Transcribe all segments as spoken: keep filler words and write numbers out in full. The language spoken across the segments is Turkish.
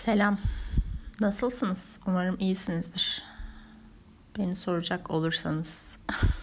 Selam. Nasılsınız? Umarım iyisinizdir. Beni soracak olursanız.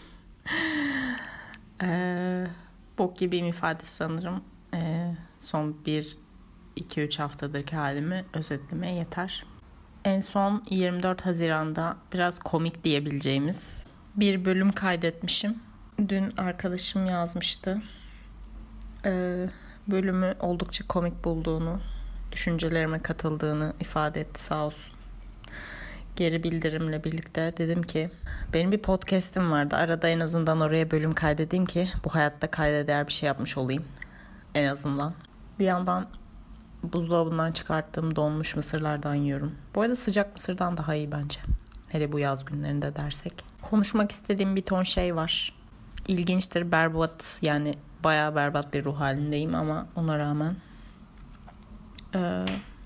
ee, bok gibiyim ifadesi sanırım. Ee, son bir iki üç haftadaki halimi özetlemeye yeter. En son yirmi dört Haziran'da biraz komik diyebileceğimiz bir bölüm kaydetmişim. Dün arkadaşım yazmıştı. Ee, bölümü oldukça komik bulduğunu, düşüncelerime katıldığını ifade etti sağ olsun. Geri bildirimle birlikte dedim ki benim bir podcast'im vardı. Arada en azından oraya bölüm kaydedeyim ki bu hayatta kayda değer bir şey yapmış olayım. En azından. Bir yandan buzdolabından çıkarttığım donmuş mısırlardan yiyorum. Bu arada sıcak mısırdan daha iyi bence. Hele bu yaz günlerinde dersek. Konuşmak istediğim bir ton şey var. İlginçtir, berbat, yani bayağı berbat bir ruh halindeyim ama ona rağmen Ee,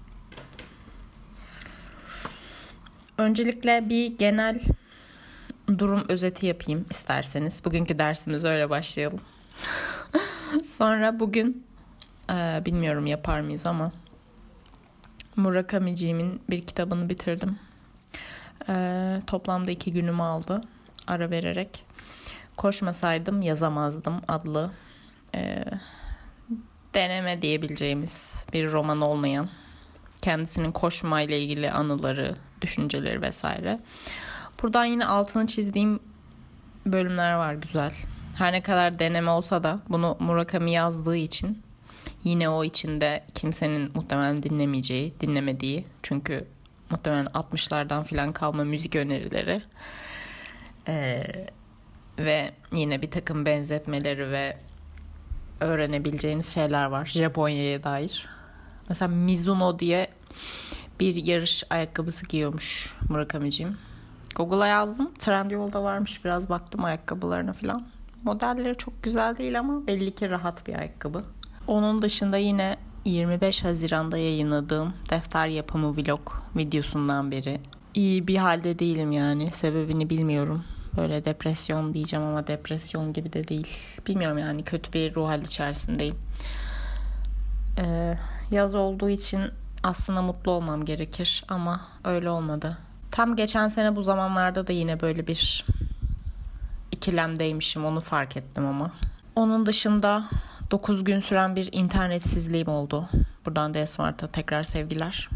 öncelikle bir genel durum özeti yapayım isterseniz. Bugünkü dersimize öyle başlayalım. Sonra bugün e, bilmiyorum yapar mıyız ama Murakami'ciğimin bir kitabını bitirdim. E, toplamda iki günümü aldı ara vererek. Koşmasaydım yazamazdım adlı e, deneme diyebileceğimiz bir roman olmayan, kendisinin koşmayla ilgili anıları, düşünceleri vesaire. Buradan yine altını çizdiğim bölümler var güzel. Her ne kadar deneme olsa da bunu Murakami yazdığı için yine o içinde kimsenin muhtemelen dinlemeyeceği, dinlemediği, çünkü muhtemelen altmışlardan falan kalma müzik önerileri ee, ve yine bir takım benzetmeleri ve öğrenebileceğiniz şeyler var Japonya'ya dair. Mesela Mizuno diye bir yarış ayakkabısı giyiyormuş Murakami'ciğim. Google'a yazdım. Trendyol'da varmış. Biraz baktım ayakkabılarına falan. Modelleri çok güzel değil ama belli ki rahat bir ayakkabı. Onun dışında yine yirmi beş Haziran'da yayınladığım defter yapımı vlog videosundan beri iyi bir halde değilim yani. Sebebini bilmiyorum. Böyle depresyon diyeceğim ama depresyon gibi de değil. Bilmiyorum yani, kötü bir ruh hali içerisindeyim. Ee, yaz olduğu için aslında mutlu olmam gerekir ama öyle olmadı. Tam geçen sene bu zamanlarda da yine böyle bir ikilemdeymişim, onu fark ettim ama. Onun dışında dokuz gün süren bir internetsizliğim oldu. Buradan D Smart'a tekrar sevgiler.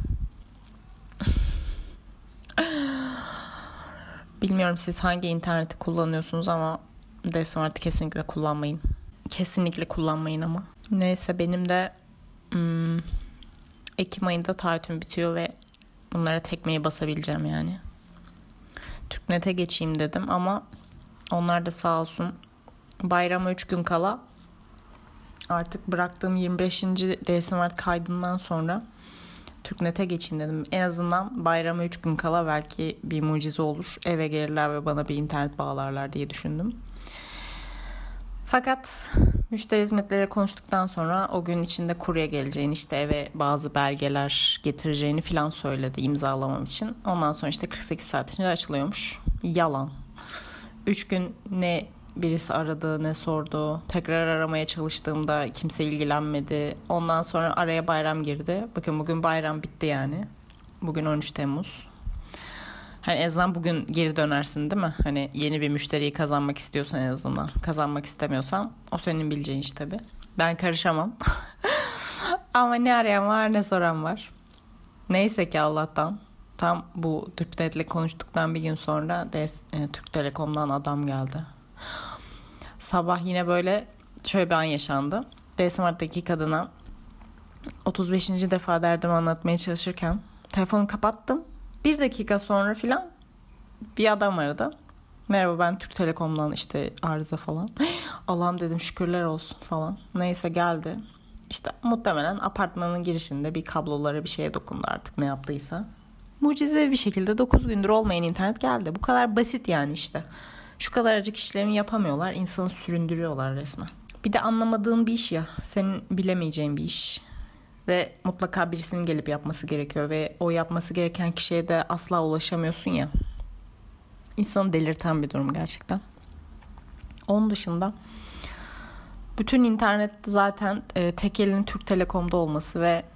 Bilmiyorum siz hangi interneti kullanıyorsunuz ama D Smart'ı kesinlikle kullanmayın. Kesinlikle kullanmayın ama. Neyse benim de hmm, Ekim ayında taahhütüm bitiyor ve bunlara tekmeyi basabileceğim yani. Türknet'e geçeyim dedim ama onlar da sağ olsun bayrama üç gün kala artık bıraktığım yirmi beşinci D Smart kaydından sonra Türknet'e geçeyim dedim. En azından bayrama üç gün kala belki bir mucize olur. Eve gelirler ve bana bir internet bağlarlar diye düşündüm. Fakat müşteri hizmetleriyle konuştuktan sonra o gün içinde kurye geleceğini, işte eve bazı belgeler getireceğini falan söyledi imzalamam için. Ondan sonra işte kırk sekiz saat içinde açılıyormuş. Yalan. üç gün ne birisi aradı ne sordu. Tekrar aramaya çalıştığımda kimse ilgilenmedi. Ondan sonra araya bayram girdi. Bakın bugün bayram bitti yani. Bugün on üç Temmuz. Hani en azından bugün geri dönersin değil mi? Hani yeni bir müşteriyi kazanmak istiyorsan en azından. Kazanmak istemiyorsan o senin bileceğin iş tabii. Ben karışamam. Ama ne arayan var ne soran var. Neyse ki Allah'tan. Tam bu Türknet'le konuştuktan bir gün sonra de, e, Türk Telekom'dan adam geldi. Sabah yine böyle şöyle bir an yaşandı. D Smart'taki kadına otuz beşinci defa derdimi anlatmaya çalışırken telefonu kapattım. Bir dakika sonra filan bir adam aradı. Merhaba, ben Türk Telekom'dan işte arıza falan. Allah'ım dedim, şükürler olsun falan. Neyse geldi. İşte muhtemelen apartmanın girişinde bir kablolara bir şeye dokundu, artık ne yaptıysa. Mucizevi bir şekilde dokuz gündür olmayan internet geldi. Bu kadar basit yani işte. Şu kadarcık işlemi yapamıyorlar. İnsanı süründürüyorlar resmen. Bir de anlamadığın bir iş ya. Senin bilemeyeceğin bir iş. Ve mutlaka birisinin gelip yapması gerekiyor. Ve o yapması gereken kişiye de asla ulaşamıyorsun ya. İnsanı delirten bir durum gerçekten. Onun dışında bütün internet zaten e, tek elinin Türk Telekom'da olması ve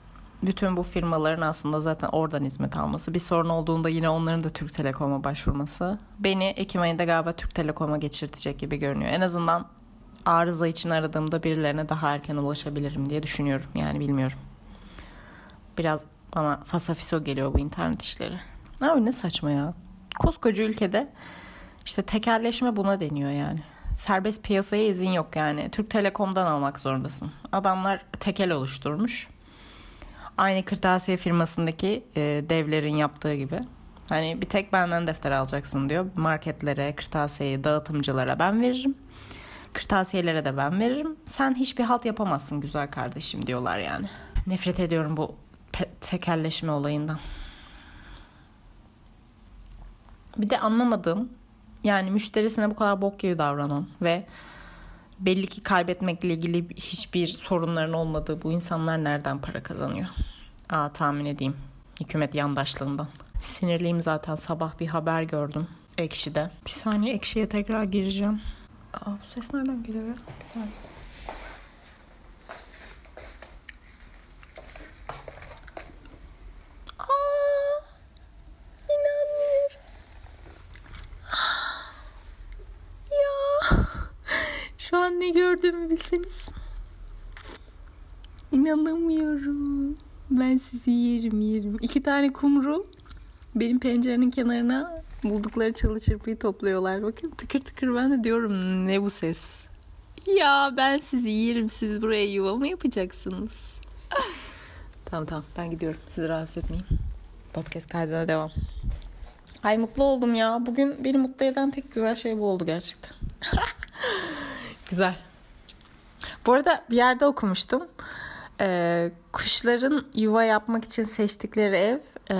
bütün bu firmaların aslında zaten oradan hizmet alması, bir sorun olduğunda yine onların da Türk Telekom'a başvurması beni Ekim ayında galiba Türk Telekom'a geçirtecek gibi görünüyor. En azından arıza için aradığımda birilerine daha erken ulaşabilirim diye düşünüyorum. Yani bilmiyorum. Biraz bana fasafiso geliyor bu internet işleri. Abi ne saçma ya. Koskoca ülkede işte tekelleşme buna deniyor yani. Serbest piyasaya izin yok yani. Türk Telekom'dan almak zorundasın. Adamlar tekel oluşturmuş. Aynı kırtasiye firmasındaki e, devlerin yaptığı gibi. Hani bir tek benden defter alacaksın diyor. Marketlere, kırtasiyeyi, dağıtımcılara ben veririm. Kırtasiyelere de ben veririm. Sen hiçbir halt yapamazsın güzel kardeşim diyorlar yani. Nefret ediyorum bu pe- tekelleşme olayından. Bir de anlamadığım, yani müşterisine bu kadar bok gibi davranan ve belli ki kaybetmekle ilgili hiçbir sorunların olmadığı bu insanlar nereden para kazanıyor? Aa, tahmin edeyim. Hükümet yandaşlığından. Sinirliyim zaten, sabah bir haber gördüm Ekşi'de. Bir saniye, Ekşi'ye tekrar gireceğim. Aa, bu ses nereden geliyor ya? Bir saniye. Aa, inanmıyorum. Ya, şu an ne gördüğümü bilseniz. İnanamıyorum. Ben sizi yerim yerim. İki tane kumru benim pencerenin kenarına buldukları çalı çırpıyı topluyorlar. Bakın tıkır tıkır, ben de diyorum ne bu ses? Ya ben sizi yerim. Siz buraya yuva mı yapacaksınız? Tamam tamam, ben gidiyorum. Sizi rahatsız etmeyeyim. Podcast kaydına devam. Ay mutlu oldum ya. Bugün beni mutlu eden tek güzel şey bu oldu gerçekten. Güzel. Bu arada bir yerde okumuştum. Ee, kuşların yuva yapmak için seçtikleri ev, e,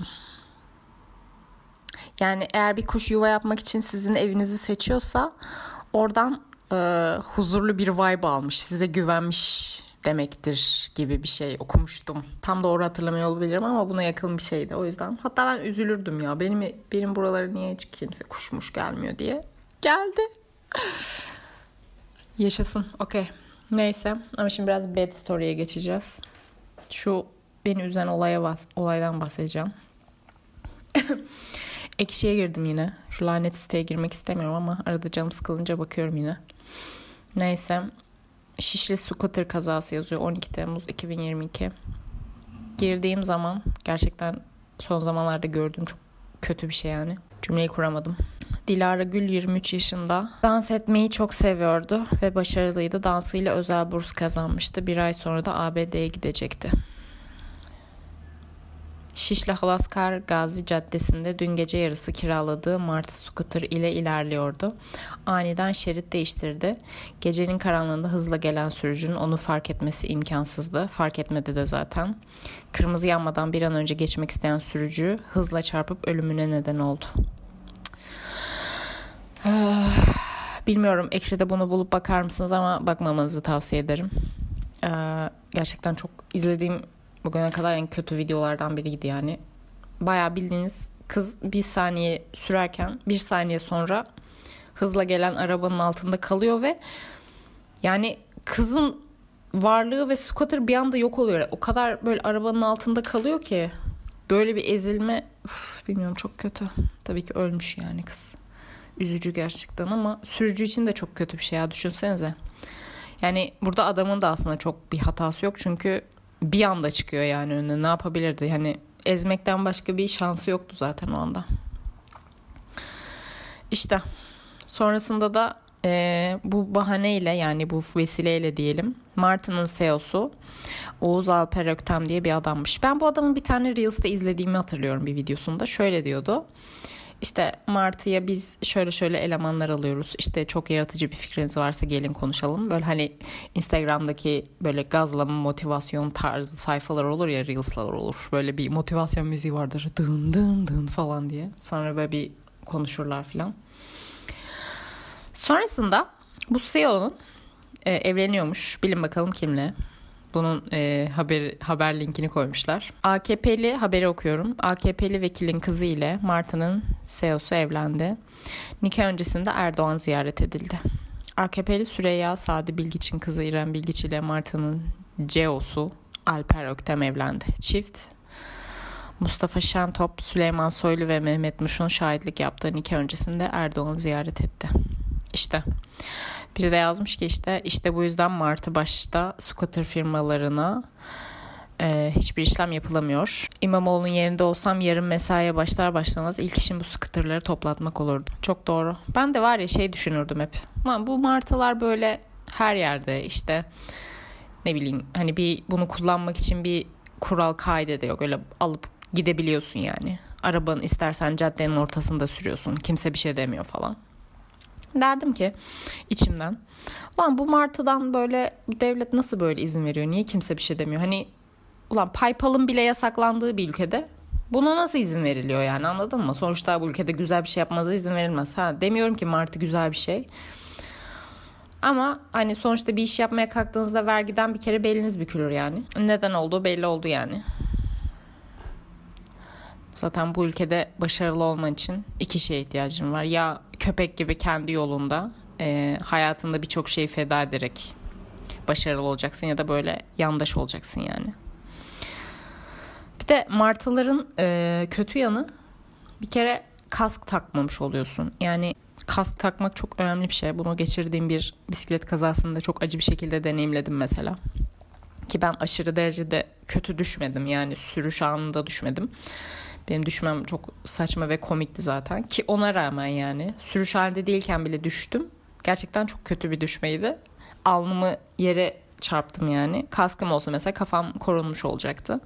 yani eğer bir kuş yuva yapmak için sizin evinizi seçiyorsa oradan e, huzurlu bir vibe almış, size güvenmiş demektir gibi bir şey okumuştum. Tam doğru hatırlamıyor olabilirim ama buna yakın bir şeydi o yüzden. Hatta ben üzülürdüm ya, benim benim buralara niye hiç kimse kuşmuş gelmiyor diye. Geldi. Yaşasın. Okey. Neyse, ama şimdi biraz bad story'ye geçeceğiz. Şu beni üzen olaya bas- olaydan bahsedeceğim. Ekşi'ye girdim yine. Şu lanet siteye girmek istemiyorum ama arada canım sıkılınca bakıyorum yine. Neyse. Şişli scooter kazası yazıyor, on iki Temmuz iki bin yirmi iki. Girdiğim zaman gerçekten son zamanlarda gördüğüm çok kötü bir şey yani. Cümleyi kuramadım. Dilara Gül yirmi üç yaşında. Dans etmeyi çok seviyordu ve başarılıydı. Dansıyla özel burs kazanmıştı. Bir ay sonra da A B D'ye gidecekti. Şişli Halaskar Gazi Caddesi'nde dün gece yarısı kiraladığı Martı scooter ile ilerliyordu. Aniden şerit değiştirdi. Gecenin karanlığında hızla gelen sürücünün onu fark etmesi imkansızdı. Fark etmedi de zaten. Kırmızı yanmadan bir an önce geçmek isteyen sürücü hızla çarpıp ölümüne neden oldu. Bilmiyorum, Ekşi'de bunu bulup bakar mısınız ama bakmamanızı tavsiye ederim. Ee, gerçekten çok izlediğim bugüne kadar en kötü videolardan biriydi yani. Bayağı bildiğiniz kız bir saniye sürerken bir saniye sonra hızla gelen arabanın altında kalıyor ve yani kızın varlığı ve scooter bir anda yok oluyor. O kadar böyle arabanın altında kalıyor ki böyle bir ezilme, uf, bilmiyorum, çok kötü. Tabii ki ölmüş yani kız. Üzücü gerçekten ama sürücü için de çok kötü bir şey ya, düşünsenize. Yani burada adamın da aslında çok bir hatası yok çünkü bir anda çıkıyor yani önüne, ne yapabilirdi? Yani ezmekten başka bir şansı yoktu zaten o anda. İşte sonrasında da e, bu bahaneyle, yani bu vesileyle diyelim, Martı'nın C E O'su Oğuz Alper Öktem diye bir adammış. Ben bu adamın bir tane Reels'te izlediğimi hatırlıyorum bir videosunda. Şöyle diyordu. İşte Martı'ya biz şöyle şöyle elemanlar alıyoruz. İşte çok yaratıcı bir fikriniz varsa gelin konuşalım. Böyle hani Instagram'daki böyle gazlama motivasyon tarzı sayfalar olur ya, Reels'lar olur. Böyle bir motivasyon müziği vardır. Dın dın dın falan diye. Sonra böyle bir konuşurlar filan. Sonrasında bu C E O'nun e, evleniyormuş. Bilin bakalım kimle. Bunun e, haber haber linkini koymuşlar. A K P'li, haberi okuyorum. A K P'li vekilin kızı ile Martı'nın C E O'su evlendi. Nikah öncesinde Erdoğan ziyaret edildi. A K P'li Süreyya Sadi Bilgiç'in kızı İrem Bilgiç ile Martı'nın C E O'su Alper Öktem evlendi. Çift Mustafa Şentop, Süleyman Soylu ve Mehmet Muş'un şahitlik yaptığı nikah öncesinde Erdoğan'ı ziyaret etti. İşte biri de yazmış ki işte işte bu yüzden Martı başta scooter firmalarına e, hiçbir işlem yapılamıyor. İmamoğlu'nun yerinde olsam yarın mesaiye başlar başlamaz ilk işim bu scooterları toplatmak olurdu. Çok doğru. Ben de var ya şey düşünürdüm hep. Lan bu martılar böyle her yerde işte ne bileyim hani bir bunu kullanmak için bir kural kaide de yok. Öyle alıp gidebiliyorsun yani. Arabanı istersen caddenin ortasında sürüyorsun. Kimse bir şey demiyor falan. Derdim ki içimden ulan bu martıdan böyle bu devlet nasıl böyle izin veriyor? Niye kimse bir şey demiyor? Hani ulan PayPal'ın bile yasaklandığı bir ülkede buna nasıl izin veriliyor yani, anladın mı? Sonuçta bu ülkede güzel bir şey yapmanıza izin verilmez. Ha, demiyorum ki martı güzel bir şey. Ama hani sonuçta bir iş yapmaya kalktığınızda vergiden bir kere beliniz bükülür yani. Neden olduğu belli oldu yani. Zaten bu ülkede başarılı olman için iki şeye ihtiyacın var. Ya köpek gibi kendi yolunda e, hayatında birçok şeyi feda ederek başarılı olacaksın ya da böyle yandaş olacaksın yani. Bir de martıların e, kötü yanı bir kere kask takmamış oluyorsun. Yani kask takmak çok önemli bir şey. Bunu geçirdiğim bir bisiklet kazasında çok acı bir şekilde deneyimledim mesela. Ki ben aşırı derecede kötü düşmedim. Yani sürüş anında düşmedim. Benim düşmem çok saçma ve komikti zaten. Ki ona rağmen yani sürüş halinde değilken bile düştüm. Gerçekten çok kötü bir düşmeydi. Alnımı yere çarptım yani. Kaskım olsa mesela kafam korunmuş olacaktı.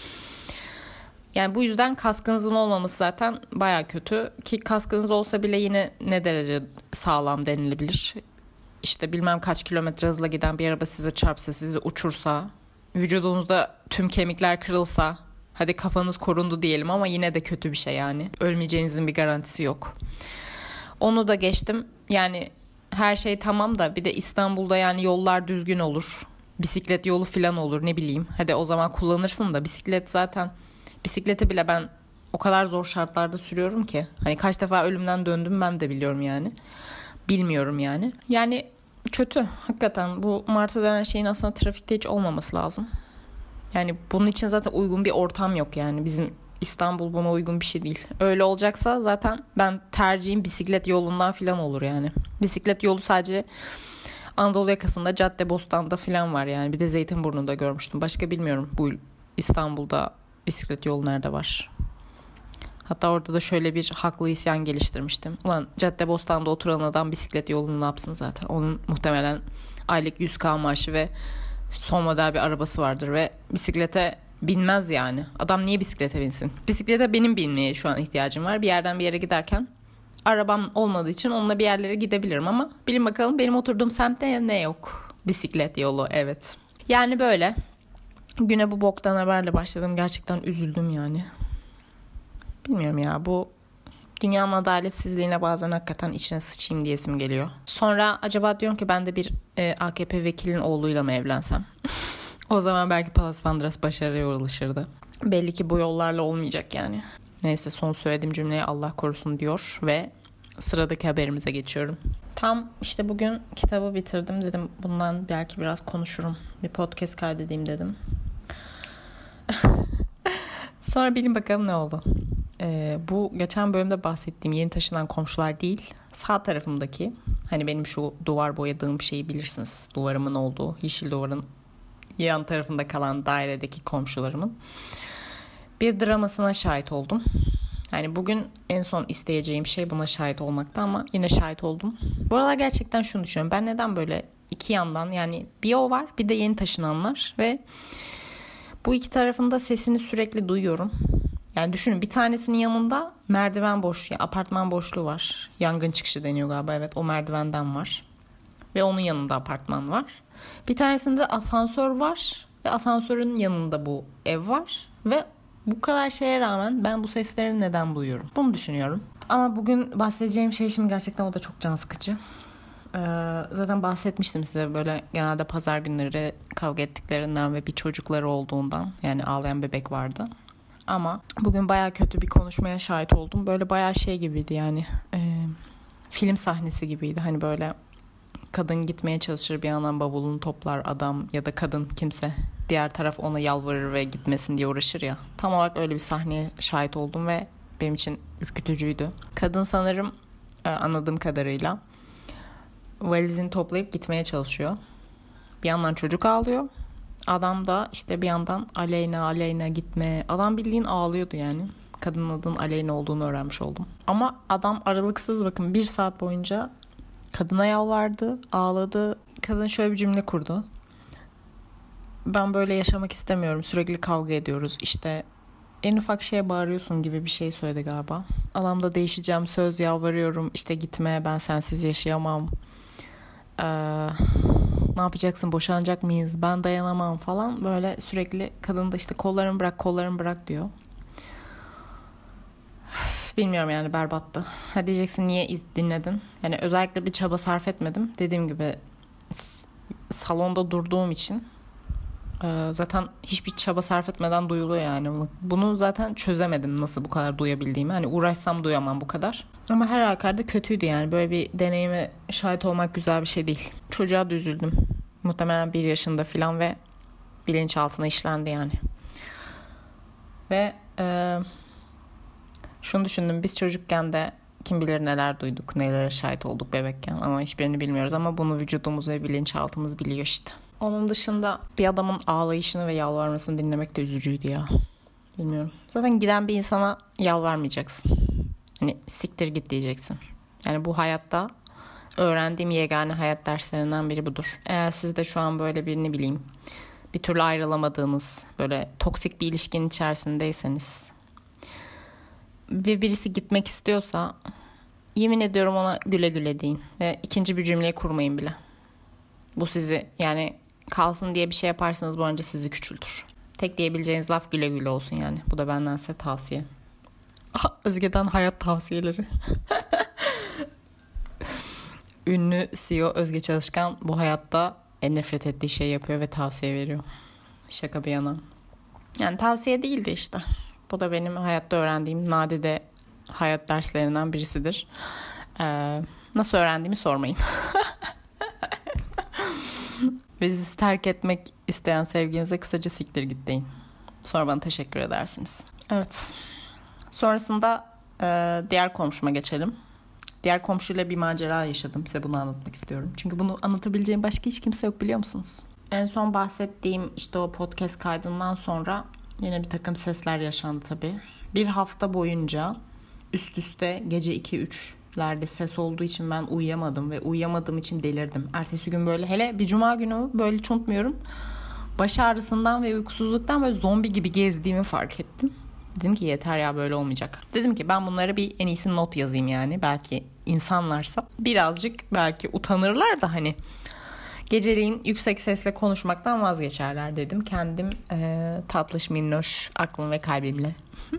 Yani bu yüzden kaskınızın olmaması zaten baya kötü. Ki kaskınız olsa bile yine ne derece sağlam denilebilir. İşte bilmem kaç kilometre hızla giden bir araba size çarpsa, sizi uçursa, vücudunuzda tüm kemikler kırılsa, hadi kafanız korundu diyelim ama yine de kötü bir şey yani. Ölmeyeceğinizin bir garantisi yok. Onu da geçtim. Yani her şey tamam da bir de İstanbul'da yani yollar düzgün olur. Bisiklet yolu falan olur, ne bileyim. Hadi o zaman kullanırsın da bisiklet zaten... Bisikleti bile ben o kadar zor şartlarda sürüyorum ki. Hani kaç defa ölümden döndüm ben de biliyorum yani. Bilmiyorum yani. Yani kötü hakikaten. Bu martı denen şeyin aslında trafikte hiç olmaması lazım. Yani bunun için zaten uygun bir ortam yok yani. Bizim İstanbul buna uygun bir şey değil. Öyle olacaksa zaten ben tercihim bisiklet yolundan falan olur yani. Bisiklet yolu sadece Anadolu yakasında Caddebostan'da falan var yani. Bir de Zeytinburnu'nda görmüştüm. Başka bilmiyorum bu İstanbul'da bisiklet yolu nerede var. Hatta orada da şöyle bir haklı isyan geliştirmiştim. Ulan Caddebostan'da oturan adam bisiklet yolunu ne yapsın zaten? Onun muhtemelen aylık yüz bin maaşı ve son model bir arabası vardır ve bisiklete binmez yani. Adam niye bisiklete binsin? Bisiklete benim binmeye şu an ihtiyacım var. Bir yerden bir yere giderken arabam olmadığı için onunla bir yerlere gidebilirim ama bilin bakalım benim oturduğum semtte ne yok? Bisiklet yolu, evet. Yani böyle. Güne bu boktan haberle başladım. Gerçekten üzüldüm yani. Bilmiyorum ya, bu dünyanın adaletsizliğine bazen hakikaten içine sıçayım diyesim geliyor. Sonra acaba diyorum ki ben de bir e, A K P vekilin oğluyla mı evlensem? O zaman belki Palas Pandras başarıya ulaşırdı. Belli ki bu yollarla olmayacak yani. Neyse, son söylediğim cümleyi Allah korusun diyor ve sıradaki haberimize geçiyorum. Tam işte bugün kitabı bitirdim, dedim bundan belki biraz konuşurum. Bir podcast kaydedeyim dedim. Sonra bilin bakalım ne oldu. Ee, bu geçen bölümde bahsettiğim yeni taşınan komşular değil. Sağ tarafımdaki, hani benim şu duvar boyadığım şeyi bilirsiniz. Duvarımın olduğu, yeşil duvarın yan tarafında kalan dairedeki komşularımın bir dramasına şahit oldum. Yani bugün en son isteyeceğim şey buna şahit olmakta ama yine şahit oldum. Bu aralar gerçekten şunu düşünüyorum. Ben neden böyle iki yandan, yani bir o var bir de yeni taşınanlar ve bu iki tarafında sesini sürekli duyuyorum. Yani düşünün, bir tanesinin yanında merdiven boşluğu, yani apartman boşluğu var. Yangın çıkışı deniyor galiba, evet, o merdivenden var. Ve onun yanında apartman var. Bir tanesinde asansör var ve asansörün yanında bu ev var. Ve bu kadar şeye rağmen ben bu sesleri neden duyuyorum? Bunu düşünüyorum. Ama bugün bahsedeceğim şey şimdi gerçekten o da çok can sıkıcı. Ee, zaten bahsetmiştim size, böyle genelde pazar günleri kavga ettiklerinden ve bir çocukları olduğundan, yani ağlayan bebek vardı. Ama bugün bayağı kötü bir konuşmaya şahit oldum. Böyle bayağı şey gibiydi yani, e, film sahnesi gibiydi. Hani böyle kadın gitmeye çalışır, bir yandan bavulunu toplar adam ya da kadın kimse. Diğer taraf ona yalvarır ve gitmesin diye uğraşır ya. Tam olarak öyle bir sahneye şahit oldum ve benim için ürkütücüydü. Kadın sanırım anladığım kadarıyla valizini toplayıp gitmeye çalışıyor. Bir yandan çocuk ağlıyor. Adam da işte bir yandan Aleyna Aleyna gitme. Adam bildiğin ağlıyordu yani. Kadının adının Aleyna olduğunu öğrenmiş oldum. Ama adam aralıksız bakın bir saat boyunca kadına yalvardı, ağladı. Kadın şöyle bir cümle kurdu. Ben böyle yaşamak istemiyorum. Sürekli kavga ediyoruz. İşte en ufak şeye bağırıyorsun gibi bir şey söyledi galiba. Adam da değişeceğim, söz yalvarıyorum. İşte gitme, ben sensiz yaşayamam. Ee, ne yapacaksın, boşanacak mıyız, ben dayanamam falan. Böyle sürekli kadın da işte kollarımı bırak, kollarımı bırak diyor. Bilmiyorum yani, berbattı. Ha diyeceksin niye dinledin? Yani özellikle bir çaba sarf etmedim. Dediğim gibi salonda durduğum için zaten hiçbir çaba sarf etmeden duyuluyor yani. Bunu zaten çözemedim nasıl bu kadar duyabildiğimi. Hani uğraşsam duyamam bu kadar. Ama her halükarda kötüydü yani. Böyle bir deneyime şahit olmak güzel bir şey değil. Çocuğa da üzüldüm. Muhtemelen bir yaşında falan ve bilinçaltına işlendi yani. Ve e, şunu düşündüm. Biz çocukken de kim bilir neler duyduk, nelere şahit olduk bebekken. Ama hiçbirini bilmiyoruz ama bunu vücudumuz ve bilinçaltımız biliyor işte. Onun dışında bir adamın ağlayışını ve yalvarmasını dinlemek de üzücüydü ya. Bilmiyorum. Zaten giden bir insana yalvarmayacaksın. Hani siktir git diyeceksin. Yani bu hayatta öğrendiğim yegane hayat derslerinden biri budur. Eğer siz de şu an böyle bir ne bileyim bir türlü ayrılamadığınız böyle toksik bir ilişkinin içerisindeyseniz ve birisi gitmek istiyorsa yemin ediyorum ona güle güle deyin. Ve ikinci bir cümleyi kurmayın bile. Bu sizi yani kalsın diye bir şey yaparsanız bu önce sizi küçültür. Tek diyebileceğiniz laf güle güle olsun yani. Bu da benden size tavsiye. Aha, Özge'den hayat tavsiyeleri. Ünlü C E O Özge Çalışkan bu hayatta en nefret ettiği şeyi yapıyor ve tavsiye veriyor. Şaka bir yana. Yani tavsiye değildi işte. Bu da benim hayatta öğrendiğim nadide hayat derslerinden birisidir. Ee, nasıl öğrendiğimi sormayın. Ve sizi terk etmek isteyen sevginize kısaca siktir git deyin. Sonra bana teşekkür edersiniz. Evet. Sonrasında e, diğer komşuma geçelim. Diğer komşuyla bir macera yaşadım. Size bunu anlatmak istiyorum. Çünkü bunu anlatabileceğim başka hiç kimse yok, biliyor musunuz? En son bahsettiğim işte o podcast kaydından sonra yine bir takım sesler yaşandı tabii. Bir hafta boyunca üst üste gece iki üçlerde ses olduğu için ben uyuyamadım ve uyuyamadığım için delirdim. Ertesi gün böyle, hele bir cuma günü böyle hiç unutmuyorum. Baş ağrısından ve uykusuzluktan böyle zombi gibi gezdiğimi fark ettim. Dedim ki yeter ya, böyle olmayacak. Dedim ki ben bunlara bir en iyisi not yazayım yani. Belki insanlarsa birazcık belki utanırlar da hani geceleyin yüksek sesle konuşmaktan vazgeçerler dedim. Kendim e, tatlış minnoş aklım ve kalbimle.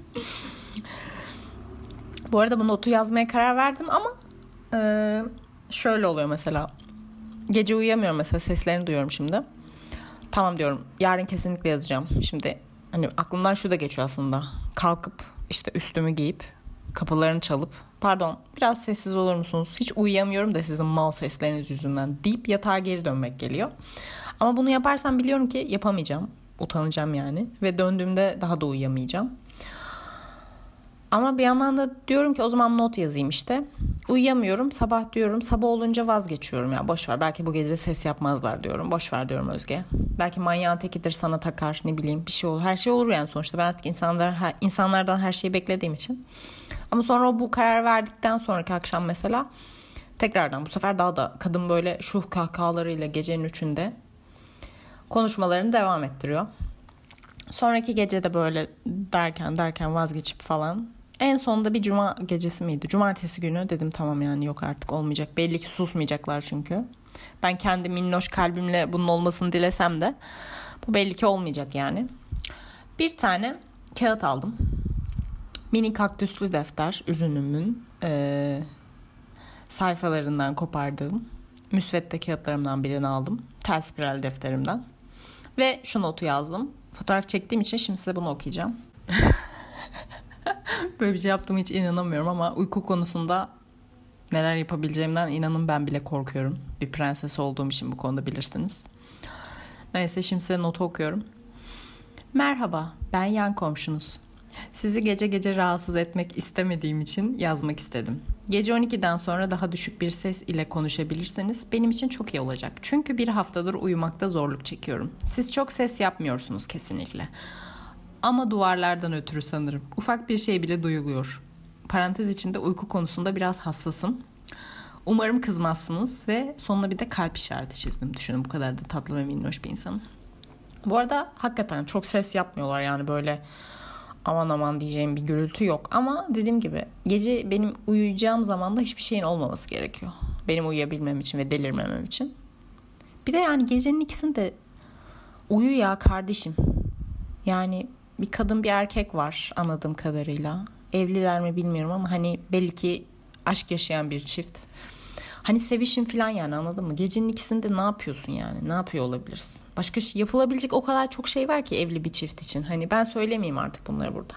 Bu arada bu notu yazmaya karar verdim ama e, şöyle oluyor mesela. Gece uyuyamıyorum mesela, seslerini duyuyorum şimdi. Tamam diyorum, yarın kesinlikle yazacağım. Şimdi hani aklımdan şu da geçiyor aslında. Kalkıp işte üstümü giyip kapılarını çalıp pardon biraz sessiz olur musunuz? Hiç uyuyamıyorum da sizin mal sesleriniz yüzünden deyip yatağa geri dönmek geliyor. Ama bunu yaparsam biliyorum ki yapamayacağım. Utanacağım yani. Ve döndüğümde daha da uyuyamayacağım. Ama bir yandan da diyorum ki o zaman not yazayım işte. Uyuyamıyorum. Sabah diyorum. Sabah olunca vazgeçiyorum. Ya boş ver. Belki bu gece ses yapmazlar diyorum. Boş ver diyorum Özge. Belki manyağın tekidir, sana takar, ne bileyim bir şey olur. Her şey olur yani sonuçta. Ben artık insanlar, her, insanlardan her şeyi beklediğim için. Ama sonra bu karar verdikten sonraki akşam mesela tekrardan bu sefer daha da kadın böyle şuh kahkahalarıyla gecenin üçünde konuşmalarını devam ettiriyor. Sonraki gece de böyle derken derken vazgeçip falan. En sonunda bir cuma gecesi miydi? Cumartesi günü dedim tamam yani yok artık olmayacak. Belli ki susmayacaklar çünkü. Ben kendi minnoş kalbimle bunun olmasını dilesem de bu belli ki olmayacak yani. Bir tane kağıt aldım. Mini kaktüslü defter ürünümün e, sayfalarından kopardığım müsvedde kağıtlarımdan birini aldım. Tel spiral defterimden. Ve şu notu yazdım. Fotoğraf çektiğim için şimdi size bunu okuyacağım. Böyle bir şey yaptığıma hiç inanamıyorum ama uyku konusunda Neler yapabileceğimden inanın ben bile korkuyorum. Bir prenses olduğum için bu konuda bilirsiniz. Neyse şimdi size notu okuyorum. Merhaba, ben yan komşunuz. Sizi gece gece rahatsız etmek istemediğim için yazmak istedim. Gece on ikiden sonra daha düşük bir ses ile konuşabilirseniz benim için çok iyi olacak. Çünkü bir haftadır uyumakta zorluk çekiyorum. Siz çok ses yapmıyorsunuz kesinlikle. Ama duvarlardan ötürü sanırım. Ufak bir şey bile duyuluyor. Parantez içinde uyku konusunda biraz hassasım. Umarım kızmazsınız ve sonuna bir de kalp işareti çizdim. Düşünün bu kadar da tatlı ve minnoş bir insanım. Bu arada hakikaten çok ses yapmıyorlar yani böyle aman aman diyeceğim bir gürültü yok. Ama dediğim gibi gece benim uyuyacağım zamanda hiçbir şeyin olmaması gerekiyor. Benim uyuyabilmem için ve delirmemem için. Bir de yani gecenin ikisinde uyu ya kardeşim. Yani bir kadın bir erkek var anladığım kadarıyla. Evliler mi bilmiyorum ama hani belli ki aşk yaşayan bir çift. Hani sevişin falan yani anladın mı? Gecenin ikisinde ne yapıyorsun yani? Ne yapıyor olabilirsin? Başka şey, yapılabilecek o kadar çok şey var ki evli bir çift için. Hani ben söylemeyeyim artık bunları burada.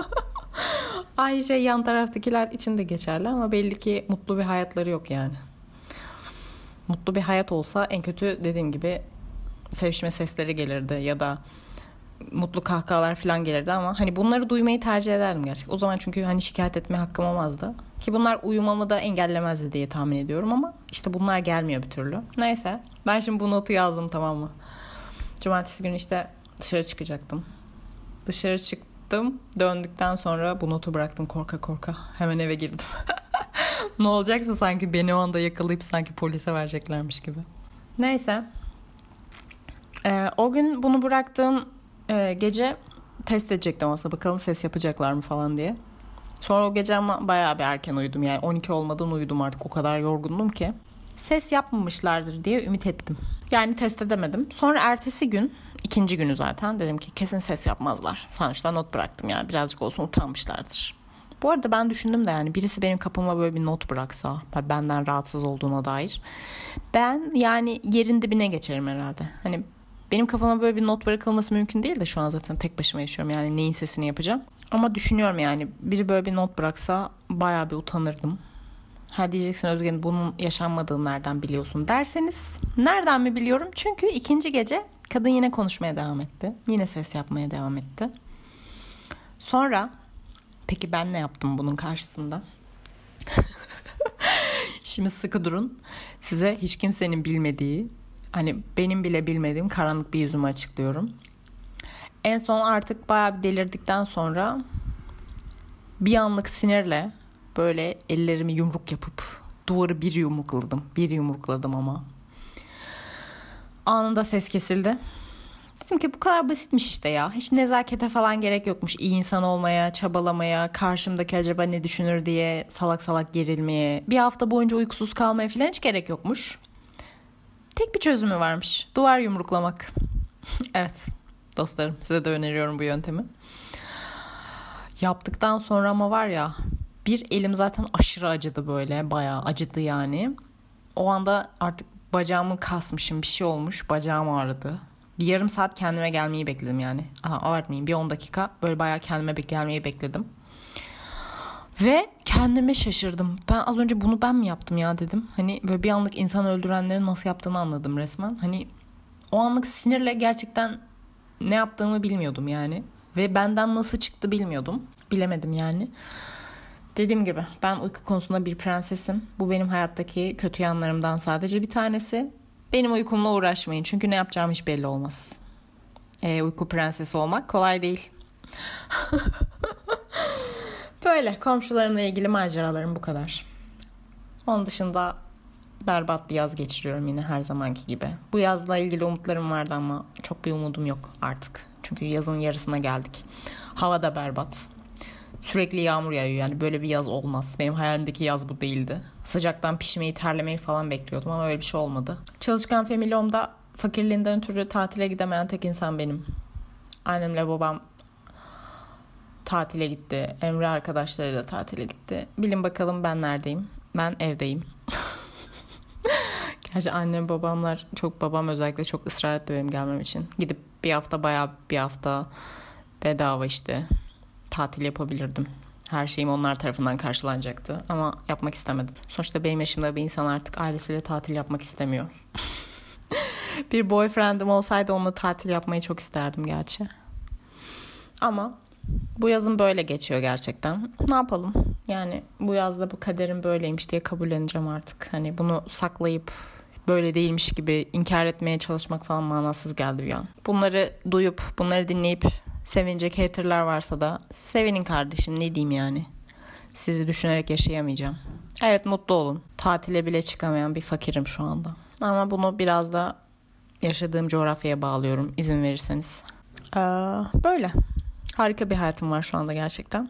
Aynı şey yan taraftakiler için de geçerli ama belli ki mutlu bir hayatları yok yani. Mutlu bir hayat olsa en kötü dediğim gibi sevişme sesleri gelirdi ya da mutlu kahkahalar falan gelirdi ama hani bunları duymayı tercih ederdim gerçekten. O zaman çünkü hani şikayet etme hakkım olmazdı. Ki bunlar uyumamı da engellemezdi diye tahmin ediyorum ama işte bunlar gelmiyor bir türlü. Neyse ben şimdi bu notu yazdım, tamam mı? Cumartesi günü işte dışarı çıkacaktım. Dışarı çıktım. Döndükten sonra bu notu bıraktım korka korka. Hemen eve girdim. Ne olacaksa sanki beni o anda yakalayıp sanki polise vereceklermiş gibi. Neyse. Ee, o gün bunu bıraktığım e, gece test edecektim aslında. Bakalım ses yapacaklar mı falan diye. Sonra o gece ama bayağı bir erken uyudum. Yani on iki olmadan uyudum artık. O kadar yorgundum ki. Ses yapmamışlardır diye ümit ettim. Yani test edemedim. Sonra ertesi gün, ikinci günü zaten dedim ki kesin ses yapmazlar. Sonuçta not bıraktım yani birazcık olsun utanmışlardır. Bu arada ben düşündüm de yani birisi benim kapıma böyle bir not bıraksa benden rahatsız olduğuna dair. Ben yani yerin dibine geçerim herhalde. Hani benim kafama böyle bir not bırakılması mümkün değil de şu an zaten tek başıma yaşıyorum yani neyin sesini yapacağım. Ama düşünüyorum yani biri böyle bir not bıraksa bayağı bir utanırdım. Ha diyeceksin Özge bunun yaşanmadığını nereden biliyorsun derseniz nereden mi biliyorum? Çünkü ikinci gece kadın yine konuşmaya devam etti. Yine ses yapmaya devam etti. Sonra peki ben ne yaptım bunun karşısında? Şimdi sıkı durun. Size hiç kimsenin bilmediği, hani benim bile bilmediğim karanlık bir yüzümü açıklıyorum. En son artık bayağı bir delirdikten sonra bir anlık sinirle böyle ellerimi yumruk yapıp duvarı bir yumrukladım. Bir yumrukladım ama. Anında ses kesildi. Dedim ki bu kadar basitmiş işte ya. Hiç nezakete falan gerek yokmuş. İyi insan olmaya, çabalamaya, karşımdaki acaba ne düşünür diye salak salak gerilmeye, bir hafta boyunca uykusuz kalmaya falan hiç gerek yokmuş. Tek bir çözümü varmış. Duvar yumruklamak. Evet dostlarım size de öneriyorum bu yöntemi. Yaptıktan sonra ama var ya bir elim zaten aşırı acıdı böyle. Bayağı acıdı yani. O anda artık bacağımı kasmışım. Bir şey olmuş. Bacağım ağrıdı. Bir yarım saat kendime gelmeyi bekledim yani. Aha abartmayayım. Bir on dakika böyle bayağı kendime gelmeyi bekledim. Ve kendime şaşırdım. Ben az önce bunu ben mi yaptım ya dedim. Hani böyle bir anlık insan öldürenlerin nasıl yaptığını anladım resmen. Hani o anlık sinirle gerçekten ne yaptığımı bilmiyordum yani. Ve benden nasıl çıktı bilmiyordum. Bilemedim yani. Dediğim gibi ben uyku konusunda bir prensesim. Bu benim hayattaki kötü yanlarımdan sadece bir tanesi. Benim uykumla uğraşmayın. Çünkü ne yapacağım hiç belli olmaz. E, uyku prensesi olmak kolay değil. Böyle komşularımla ilgili maceralarım bu kadar. Onun dışında berbat bir yaz geçiriyorum yine her zamanki gibi. Bu yazla ilgili umutlarım vardı ama çok bir umudum yok artık. Çünkü yazın yarısına geldik. Hava da berbat. Sürekli yağmur yağıyor yani böyle bir yaz olmaz. Benim hayalimdeki yaz bu değildi. Sıcaktan pişmeyi, terlemeyi falan bekliyordum ama öyle bir şey olmadı. Çalışkan Familyom'da fakirliğinden ötürü tatile gidemeyen tek insan benim. Annemle babam tatile gitti. Emre arkadaşları da tatile gitti. Bilin bakalım ben neredeyim? Ben evdeyim. Gerçi annem babamlar çok babam özellikle çok ısrar etti benim gelmem için. Gidip bir hafta bayağı bir hafta bedava işte tatil yapabilirdim. Her şeyim onlar tarafından karşılanacaktı ama yapmak istemedim. Sonuçta benim yaşımda bir insan artık ailesiyle tatil yapmak istemiyor. Bir boyfriendim olsaydı onunla tatil yapmayı çok isterdim gerçi. Ama bu yazın böyle geçiyor gerçekten. Ne yapalım? Yani bu yazda bu kaderim böyleymiş diye kabulleneceğim artık. Hani bunu saklayıp böyle değilmiş gibi inkar etmeye çalışmak falan manasız geldi bir an. Bunları duyup, bunları dinleyip sevinecek haterlar varsa da sevinin kardeşim, ne diyeyim yani. Sizi düşünerek yaşayamayacağım. Evet, mutlu olun. Tatile bile çıkamayan bir fakirim şu anda. Ama bunu biraz da yaşadığım coğrafyaya bağlıyorum izin verirseniz. Ee, böyle. Harika bir hayatım var şu anda gerçekten.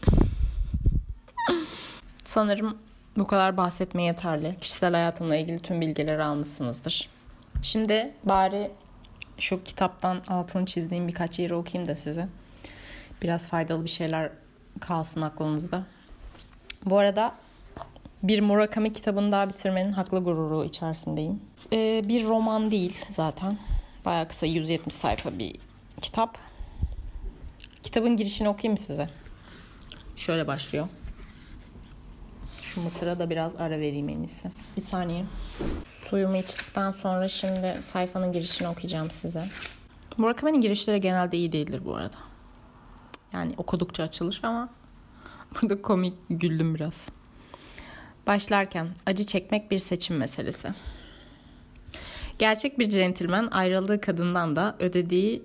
Sanırım bu kadar bahsetmeye yeterli. Kişisel hayatımla ilgili tüm bilgileri almışsınızdır. Şimdi bari şu kitaptan altını çizdiğim birkaç yeri okuyayım da size. Biraz faydalı bir şeyler kalsın aklınızda. Bu arada bir Murakami kitabını daha bitirmenin haklı gururu içerisindeyim. Ee, bir roman değil zaten. Bayağı kısa, yüz yetmiş sayfa bir kitap. Kitabın girişini okuyayım mı size? Şöyle başlıyor. Şu mısıra da biraz ara vereyim en iyisi. Bir saniye. Suyumu içtikten sonra şimdi sayfanın girişini okuyacağım size. Murakami'nin girişleri genelde iyi değildir bu arada. Yani okudukça açılır ama burada komik, güldüm biraz. Başlarken acı çekmek bir seçim meselesi. Gerçek bir centilmen ayrıldığı kadından da ödediği...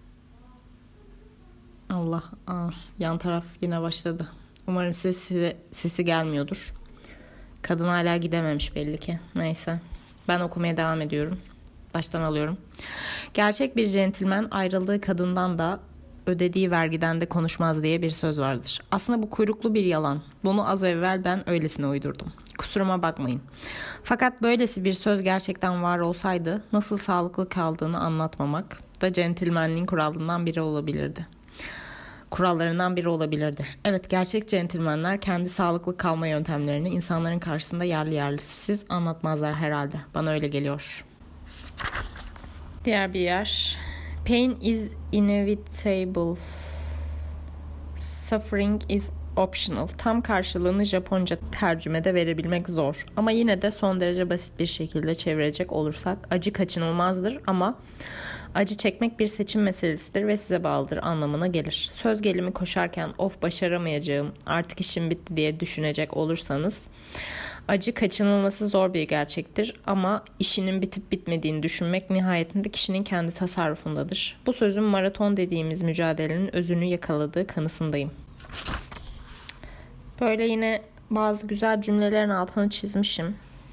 Allah, aa, yan taraf yine başladı. Umarım sesi, sesi gelmiyordur. Kadın hala gidememiş belli ki. Neyse. Ben okumaya devam ediyorum. Baştan alıyorum. Gerçek bir centilmen ayrıldığı kadından da ödediği vergiden de konuşmaz diye bir söz vardır. Aslında bu kuyruklu bir yalan. Bunu az evvel ben öylesine uydurdum. Kusuruma bakmayın. Fakat böylesi bir söz gerçekten var olsaydı nasıl sağlıklı kaldığını anlatmamak da centilmenliğin kurallarından biri olabilirdi. Kurallarından biri olabilirdi. Evet, gerçek centilmenler kendi sağlıklı kalma yöntemlerini insanların karşısında yerli yerlisiz anlatmazlar herhalde. Bana öyle geliyor. Diğer bir yer. Pain is inevitable. Suffering is optional. Tam karşılığını Japonca tercümede verebilmek zor. Ama yine de son derece basit bir şekilde çevirecek olursak acı kaçınılmazdır ama acı çekmek bir seçim meselesidir ve size bağlıdır anlamına gelir. Söz gelimi koşarken of başaramayacağım, artık işim bitti diye düşünecek olursanız acı kaçınılması zor bir gerçektir ama işinin bitip bitmediğini düşünmek nihayetinde kişinin kendi tasarrufundadır. Bu sözün maraton dediğimiz mücadelenin özünü yakaladığı kanısındayım. Böyle yine bazı güzel cümlelerin altını çizmişim.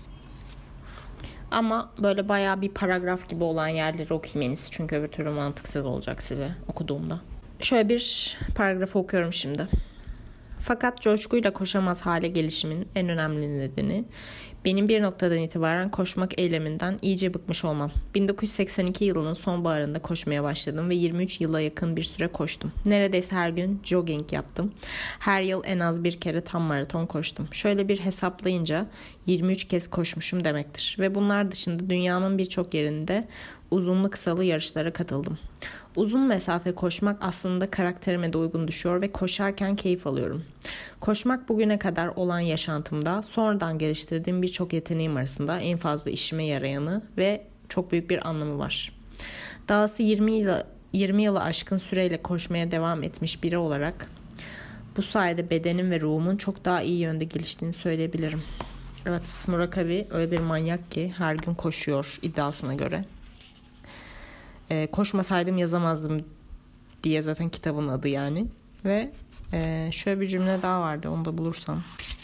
Ama böyle bayağı bir paragraf gibi olan yerleri okuyayım en iyisi. Çünkü öbür türlü mantıksız olacak size okuduğumda. Şöyle bir paragrafı okuyorum şimdi. Fakat coşkuyla koşamaz hale gelişimin en önemli nedeni benim bir noktadan itibaren koşmak eyleminden iyice bıkmış olmam. bin dokuz yüz seksen iki yılının sonbaharında koşmaya başladım ve yirmi üç yıla yakın bir süre koştum. Neredeyse her gün jogging yaptım. Her yıl en az bir kere tam maraton koştum. Şöyle bir hesaplayınca yirmi üç kez koşmuşum demektir. Ve bunlar dışında dünyanın birçok yerinde uzunlu kısalı yarışlara katıldım. Uzun mesafe koşmak aslında karakterime de uygun düşüyor ve koşarken keyif alıyorum. Koşmak bugüne kadar olan yaşantımda sonradan geliştirdiğim birçok yeteneğim arasında en fazla işime yarayanı ve çok büyük bir anlamı var. Dahası yirmi yıla, yirmi yılı aşkın süreyle koşmaya devam etmiş biri olarak bu sayede bedenim ve ruhumun çok daha iyi yönde geliştiğini söyleyebilirim. Evet, Murakami öyle bir manyak ki her gün koşuyor iddiasına göre. Ee, koşmasaydım yazamazdım diye zaten kitabın adı yani. Ve e, şöyle bir cümle daha vardı, onu da bulursam.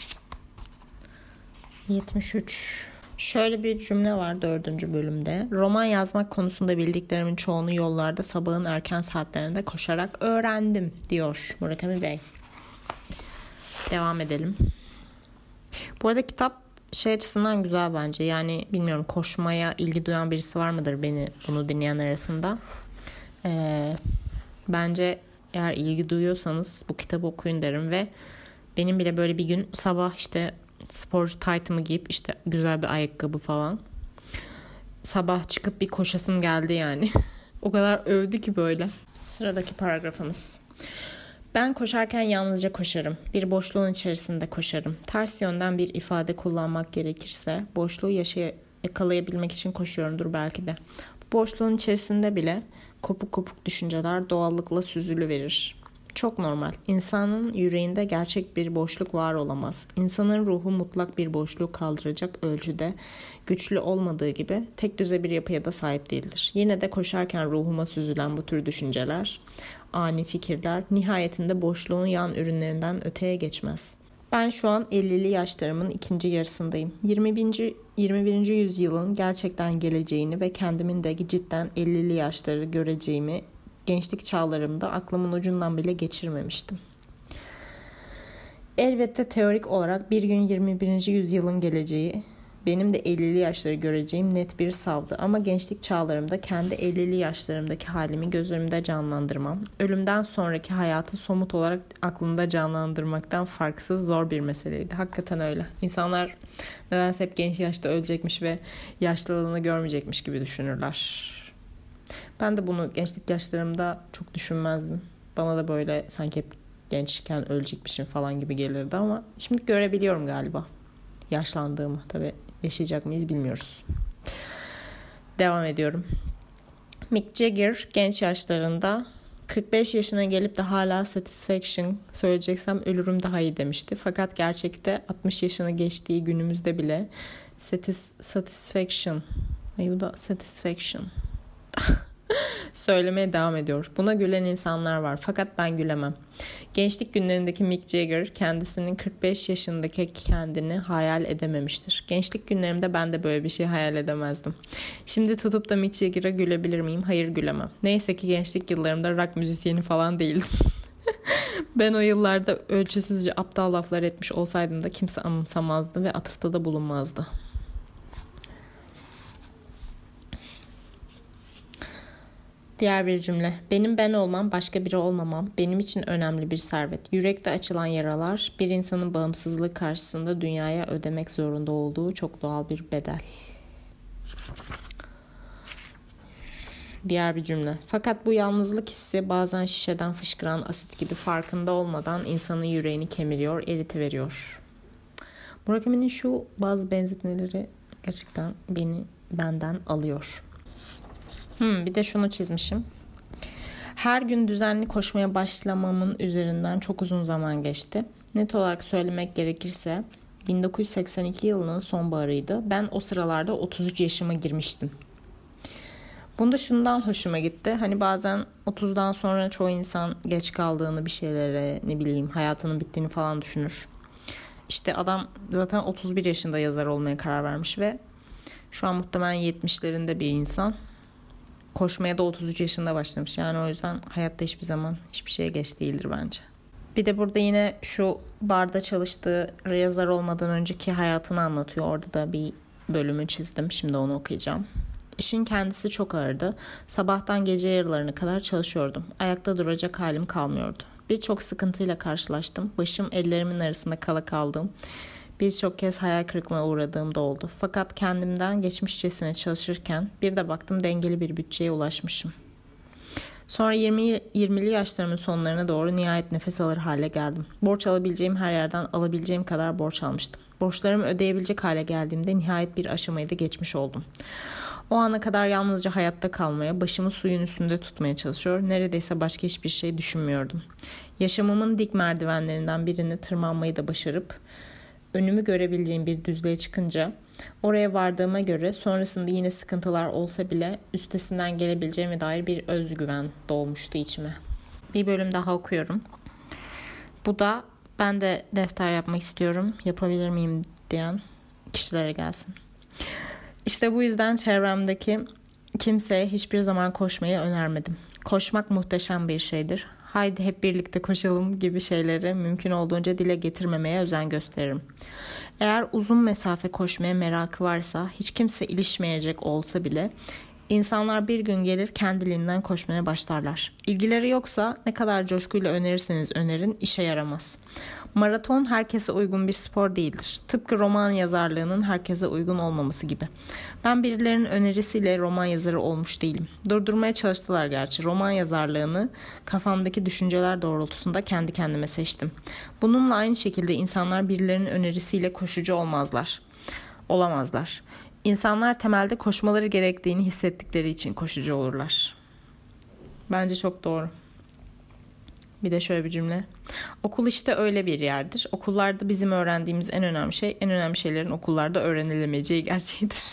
yetmiş üç. Şöyle bir cümle var dördüncü bölümde. Roman yazmak konusunda bildiklerimin çoğunu yollarda sabahın erken saatlerinde koşarak öğrendim diyor Murakami Bey. Devam edelim. Bu arada kitap şey açısından güzel bence. Yani bilmiyorum, koşmaya ilgi duyan birisi var mıdır beni bunu dinleyen arasında. Ee, bence eğer ilgi duyuyorsanız bu kitabı okuyun derim ve benim bile böyle bir gün sabah işte sporcu taytımı giyip işte güzel bir ayakkabı falan sabah çıkıp bir koşasım geldi yani. O kadar övdü ki böyle. Sıradaki paragrafımız. Ben koşarken yalnızca koşarım. Bir boşluğun içerisinde koşarım. Ters yönden bir ifade kullanmak gerekirse boşluğu yaşay- yakalayabilmek için koşuyorumdur belki de. Bu boşluğun içerisinde bile kopuk kopuk düşünceler doğallıkla süzülüverir. Çok normal. İnsanın yüreğinde gerçek bir boşluk var olamaz. İnsanın ruhu mutlak bir boşluğu kaldıracak ölçüde güçlü olmadığı gibi tek düze bir yapıya da sahip değildir. Yine de koşarken ruhuma süzülen bu tür düşünceler, ani fikirler nihayetinde boşluğun yan ürünlerinden öteye geçmez. Ben şu an ellili yaşlarımın ikinci yarısındayım. yirmi birinci. yirmi birinci yüzyılın gerçekten geleceğini ve kendimin de cidden ellili yaşları göreceğimi gençlik çağlarımda aklımın ucundan bile geçirmemiştim. Elbette teorik olarak bir gün yirmi birinci yüzyılın geleceği, benim de ellili yaşları göreceğim net bir savdı. Ama gençlik çağlarımda kendi ellili yaşlarımdaki halimi göz önümde canlandırmam, ölümden sonraki hayatı somut olarak aklımda canlandırmaktan farksız zor bir meseleydi. Hakikaten öyle. İnsanlar nedense hep genç yaşta ölecekmiş ve yaşlılığını görmeyecekmiş gibi düşünürler. Ben de bunu gençlik yaşlarımda çok düşünmezdim. Bana da böyle sanki hep gençken ölecekmişim falan gibi gelirdi ama şimdi görebiliyorum galiba yaşlandığımı. Tabii yaşayacak mıyız bilmiyoruz. Devam ediyorum. Mick Jagger genç yaşlarında kırk beş yaşına gelip de hala Satisfaction söyleyeceksem ölürüm daha iyi demişti. Fakat gerçekte altmış yaşını geçtiği günümüzde bile satis, Satisfaction ay bu da Satisfaction söylemeye devam ediyor. Buna gülen insanlar var fakat ben gülemem. Gençlik günlerindeki Mick Jagger kendisinin kırk beş yaşındaki kendini hayal edememiştir. Gençlik günlerimde ben de böyle bir şey hayal edemezdim. Şimdi tutup da Mick Jagger'a gülebilir miyim? Hayır, gülemem. Neyse ki gençlik yıllarımda rock müzisyeni falan değildim. Ben o yıllarda ölçüsüzce aptal laflar etmiş olsaydım da kimse anımsamazdı ve atıfta da bulunmazdı. Diğer bir cümle. Benim ben olmam, başka biri olmamam benim için önemli bir servet. Yürekte açılan yaralar bir insanın bağımsızlığı karşısında dünyaya ödemek zorunda olduğu çok doğal bir bedel. Diğer bir cümle. Fakat bu yalnızlık hissi bazen şişeden fışkıran asit gibi farkında olmadan insanın yüreğini kemiriyor, eritiveriyor. Murakami'nin şu bazı benzetmeleri gerçekten beni benden alıyor. Hmm, bir de şunu çizmişim. Her gün düzenli koşmaya başlamamın üzerinden çok uzun zaman geçti. Net olarak söylemek gerekirse bin dokuz yüz seksen iki yılının sonbaharıydı. Ben o sıralarda otuz üç yaşıma girmiştim. Bunda şundan hoşuma gitti. Hani bazen otuzdan sonra çoğu insan geç kaldığını, bir şeylere, ne bileyim hayatının bittiğini falan düşünür. İşte adam zaten otuz bir yaşında yazar olmaya karar vermiş ve şu an muhtemelen yetmişlerinde bir insan. Koşmaya da otuz üç yaşında başlamış. Yani o yüzden hayatta hiçbir zaman hiçbir şeye geç değildir bence. Bir de burada yine şu barda çalıştığı yazar olmadan önceki hayatını anlatıyor. Orada da bir bölümü çizdim. Şimdi onu okuyacağım. İşin kendisi çok ağırdı. Sabahtan gece yarılarına kadar çalışıyordum. Ayakta duracak halim kalmıyordu. Birçok sıkıntıyla karşılaştım. Başım ellerimin arasında kala kaldım. Birçok kez hayal kırıklığına uğradığım da oldu. Fakat kendimden geçmişçesine çalışırken bir de baktım dengeli bir bütçeye ulaşmışım. Sonra yirmi, yirmili yaşlarımın sonlarına doğru nihayet nefes alır hale geldim. Borç alabileceğim her yerden alabileceğim kadar borç almıştım. Borçlarımı ödeyebilecek hale geldiğimde nihayet bir aşamayı da geçmiş oldum. O ana kadar yalnızca hayatta kalmaya, başımı suyun üstünde tutmaya çalışıyor, neredeyse başka hiçbir şey düşünmüyordum. Yaşamımın dik merdivenlerinden birini tırmanmayı da başarıp önümü görebileceğim bir düzlüğe çıkınca oraya vardığıma göre sonrasında yine sıkıntılar olsa bile üstesinden gelebileceğime dair bir özgüven doğmuştu içime. Bir bölüm daha okuyorum. Bu da ben de defter yapmak istiyorum, yapabilir miyim diyen kişilere gelsin. İşte bu yüzden çevremdeki kimseye hiçbir zaman koşmayı önermedim. Koşmak muhteşem bir şeydir. Haydi hep birlikte koşalım gibi şeyleri mümkün olduğunca dile getirmemeye özen gösteririm. Eğer uzun mesafe koşmaya merakı varsa hiç kimse ilişmeyecek olsa bile İnsanlar bir gün gelir kendiliğinden koşmaya başlarlar. İlgileri yoksa ne kadar coşkuyla önerirseniz önerin işe yaramaz. Maraton herkese uygun bir spor değildir. Tıpkı roman yazarlığının herkese uygun olmaması gibi. Ben birilerinin önerisiyle roman yazarı olmuş değilim. Durdurmaya çalıştılar gerçi. Roman yazarlığını kafamdaki düşünceler doğrultusunda kendi kendime seçtim. Bununla aynı şekilde insanlar birilerinin önerisiyle koşucu olmazlar. Olamazlar. İnsanlar temelde koşmaları gerektiğini hissettikleri için koşucu olurlar. Bence çok doğru. Bir de şöyle bir cümle. Okul işte öyle bir yerdir. Okullarda bizim öğrendiğimiz en önemli şey, en önemli şeylerin okullarda öğrenilemeyeceği gerçeğidir.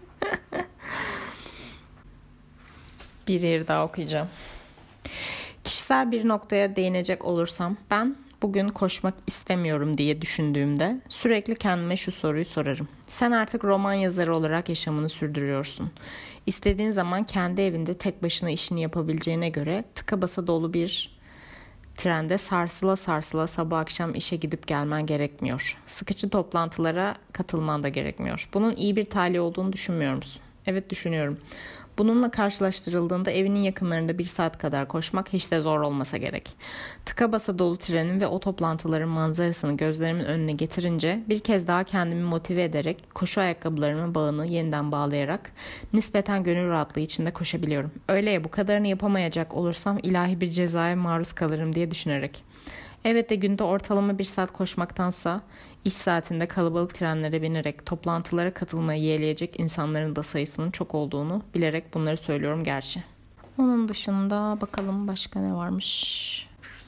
Bir yeri daha okuyacağım. Kişisel bir noktaya değinecek olursam, ben bugün koşmak istemiyorum diye düşündüğümde sürekli kendime şu soruyu sorarım. Sen artık roman yazarı olarak yaşamını sürdürüyorsun. İstediğin zaman kendi evinde tek başına işini yapabileceğine göre tıka basa dolu bir trende sarsıla sarsıla sabah akşam işe gidip gelmen gerekmiyor. Sıkıcı toplantılara katılman da gerekmiyor. Bunun iyi bir talih olduğunu düşünmüyor musun? Evet, düşünüyorum. Bununla karşılaştırıldığında evinin yakınlarında bir saat kadar koşmak hiç de zor olmasa gerek. Tıka basa dolu trenin ve o toplantıların manzarasını gözlerimin önüne getirince bir kez daha kendimi motive ederek koşu ayakkabılarımın bağını yeniden bağlayarak nispeten gönül rahatlığı içinde koşabiliyorum. Öyle ya, bu kadarını yapamayacak olursam ilahi bir cezaya maruz kalırım diye düşünerek. Evet de günde ortalama bir saat koşmaktansa iş saatinde kalabalık trenlere binerek toplantılara katılmayı yeğleyecek insanların da sayısının çok olduğunu bilerek bunları söylüyorum gerçi. Onun dışında bakalım başka ne varmış.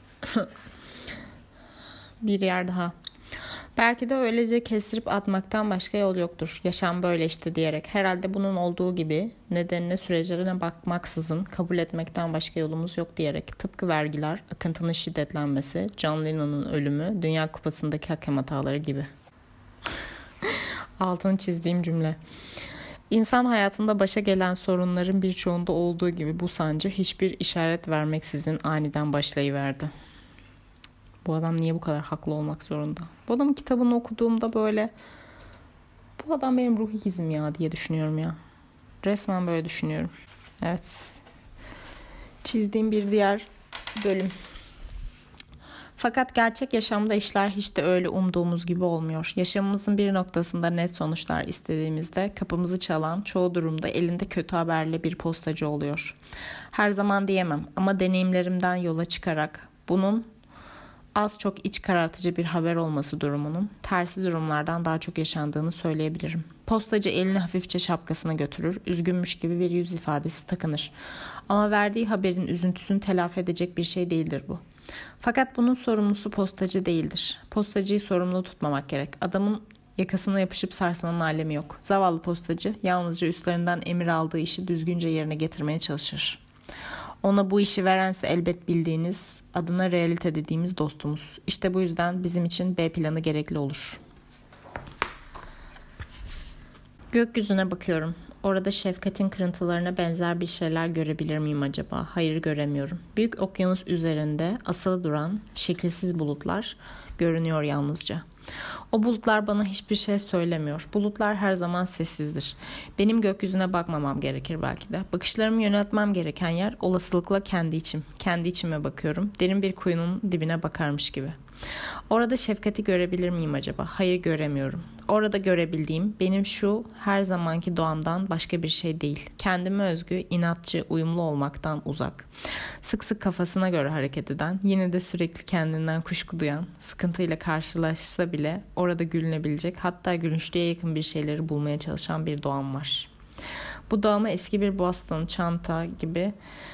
Bir yer daha. Belki de öylece kestirip atmaktan başka yol yoktur. Yaşam böyle işte diyerek. Herhalde bunun olduğu gibi nedenine süreçlerine bakmaksızın kabul etmekten başka yolumuz yok diyerek. Tıpkı vergiler, akıntının şiddetlenmesi, John Lennon'un ölümü, Dünya Kupası'ndaki hakem hataları gibi. Altını çizdiğim cümle. İnsan hayatında başa gelen sorunların birçoğunda olduğu gibi bu sancı hiçbir işaret vermeksizin aniden başlayıverdi. Bu adam niye bu kadar haklı olmak zorunda? Bu adamın kitabını okuduğumda böyle, bu adam benim ruh ikizim ya diye düşünüyorum ya. Resmen böyle düşünüyorum. Evet. Çizdiğim bir diğer bölüm. Fakat gerçek yaşamda işler hiç de öyle umduğumuz gibi olmuyor. Yaşamımızın bir noktasında net sonuçlar istediğimizde kapımızı çalan çoğu durumda elinde kötü haberle bir postacı oluyor. Her zaman diyemem ama deneyimlerimden yola çıkarak bunun az çok iç karartıcı bir haber olması durumunun tersi durumlardan daha çok yaşandığını söyleyebilirim. Postacı elini hafifçe şapkasına götürür, üzgünmüş gibi bir yüz ifadesi takınır. Ama verdiği haberin üzüntüsünü telafi edecek bir şey değildir bu. Fakat bunun sorumlusu postacı değildir. Postacıyı sorumlu tutmamak gerek. Adamın yakasına yapışıp sarsmanın alemi yok. Zavallı postacı yalnızca üstlerinden emir aldığı işi düzgünce yerine getirmeye çalışır. Ona bu işi verense elbet bildiğiniz, adına realite dediğimiz dostumuz. İşte bu yüzden bizim için B planı gerekli olur. Gökyüzüne bakıyorum. Orada şefkatin kırıntılarına benzer bir şeyler görebilir miyim acaba? Hayır, göremiyorum. Büyük okyanus üzerinde asılı duran şekilsiz bulutlar görünüyor yalnızca. O bulutlar bana hiçbir şey söylemiyor. Bulutlar her zaman sessizdir. Benim gökyüzüne bakmamam gerekir belki de. Bakışlarımı yöneltmem gereken yer olasılıkla kendi içim. Kendi içime bakıyorum. Derin bir kuyunun dibine bakarmış gibi. Orada şefkati görebilir miyim acaba? Hayır, göremiyorum. Orada görebildiğim benim şu her zamanki doğamdan başka bir şey değil. Kendime özgü, inatçı, uyumlu olmaktan uzak. Sık sık kafasına göre hareket eden, yine de sürekli kendinden kuşku duyan, sıkıntıyla karşılaşsa bile orada gülünebilecek, hatta gülünçlüğe yakın bir şeyleri bulmaya çalışan bir doğam var. Bu doğama eski bir Boston çanta gibi...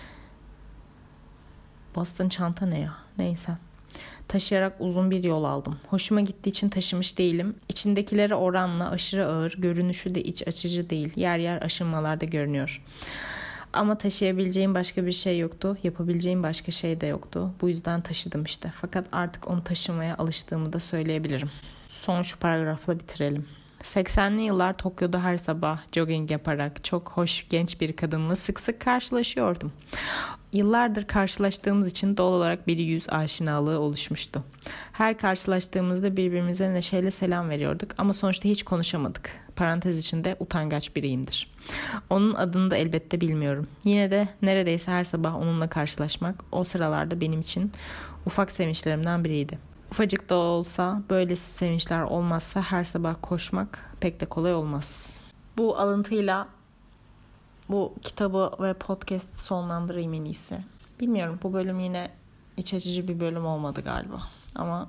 Boston çanta ne ya? Neyse. Taşıyarak uzun bir yol aldım. Hoşuma gittiği için taşımış değilim. İçindekileri oranla aşırı ağır, görünüşü de iç açıcı değil. Yer yer aşınmalarda görünüyor. Ama taşıyabileceğim başka bir şey yoktu. Yapabileceğim başka şey de yoktu. Bu yüzden taşıdım işte. Fakat artık onu taşımaya alıştığımı da söyleyebilirim. Son şu paragrafla bitirelim. seksenli yıllar Tokyo'da her sabah jogging yaparak çok hoş genç bir kadınla sık sık karşılaşıyordum. Yıllardır karşılaştığımız için doğal olarak bir yüz aşinalığı oluşmuştu. Her karşılaştığımızda birbirimize neşeyle selam veriyorduk ama sonuçta hiç konuşamadık. Parantez içinde utangaç biriyimdir. Onun adını da elbette bilmiyorum. Yine de neredeyse her sabah onunla karşılaşmak o sıralarda benim için ufak sevinçlerimden biriydi. Ufacık da olsa böylesi sevinçler olmazsa her sabah koşmak pek de kolay olmaz. Bu alıntıyla bu kitabı ve podcast'i sonlandırayım en iyisi. Bilmiyorum, bu bölüm yine iç açıcı bir bölüm olmadı galiba. Ama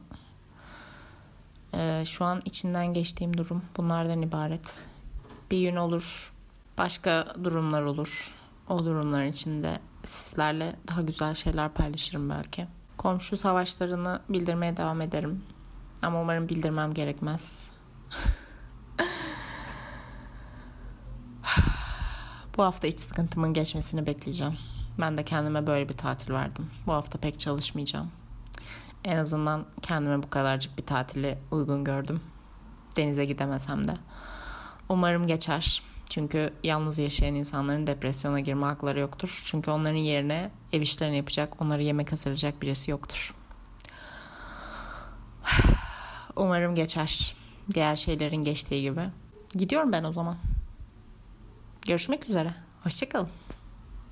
e, şu an içinden geçtiğim durum bunlardan ibaret. Bir gün olur, başka durumlar olur. O durumların içinde sizlerle daha güzel şeyler paylaşırım belki. Komşu savaşlarını bildirmeye devam ederim. Ama umarım bildirmem gerekmez. Bu hafta iç sıkıntımın geçmesini bekleyeceğim. Ben de kendime böyle bir tatil verdim. Bu hafta pek çalışmayacağım. En azından kendime bu kadarcık bir tatili uygun gördüm. Denize gidemesem de. Umarım geçer. Çünkü yalnız yaşayan insanların depresyona girme hakları yoktur. Çünkü onların yerine ev işlerini yapacak, onları yemek hazırlayacak birisi yoktur. Umarım geçer. Diğer şeylerin geçtiği gibi. Gidiyorum ben o zaman. Görüşmek üzere. Hoşça kalın.